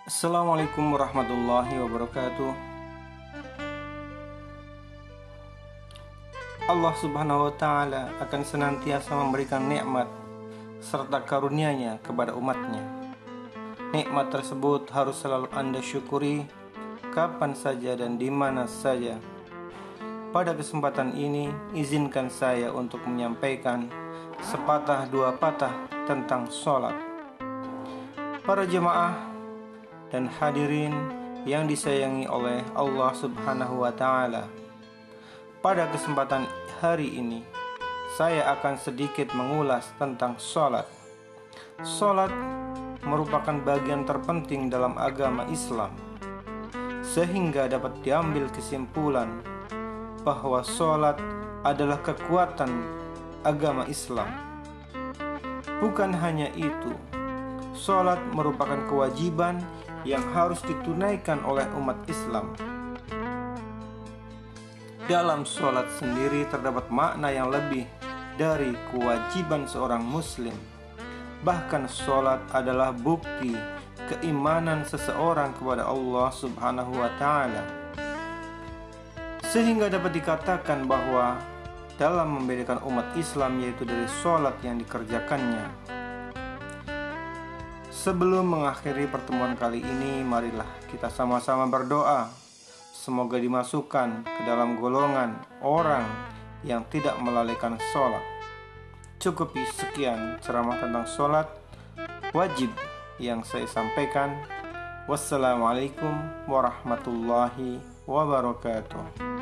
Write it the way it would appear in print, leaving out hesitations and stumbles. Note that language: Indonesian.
Assalamualaikum warahmatullahi wabarakatuh. Allah subhanahu wa ta'ala akan senantiasa memberikan nikmat serta karunia-Nya kepada umatnya. Nikmat tersebut harus selalu Anda syukuri kapan saja dan di mana saja. Pada kesempatan ini, izinkan saya untuk menyampaikan sepatah dua patah tentang sholat. Para jemaah dan hadirin yang disayangi oleh Allah subhanahu wa ta'ala, pada kesempatan hari ini saya akan sedikit mengulas tentang sholat. Sholat merupakan bagian terpenting dalam agama Islam, sehingga dapat diambil kesimpulan bahwa sholat adalah kekuatan agama Islam. Bukan hanya itu, sholat merupakan kewajiban yang harus ditunaikan oleh umat Islam. Dalam sholat sendiri terdapat makna yang lebih dari kewajiban seorang muslim. Bahkan sholat adalah bukti keimanan seseorang kepada Allah subhanahu wa ta'ala, sehingga dapat dikatakan bahwa dalam membedakan umat Islam yaitu dari sholat yang dikerjakannya. Sebelum mengakhiri pertemuan kali ini, marilah kita sama-sama berdoa semoga dimasukkan ke dalam golongan orang yang tidak melalaikan sholat. Cukupi sekian ceramah tentang sholat wajib yang saya sampaikan. Wassalamualaikum warahmatullahi wabarakatuh.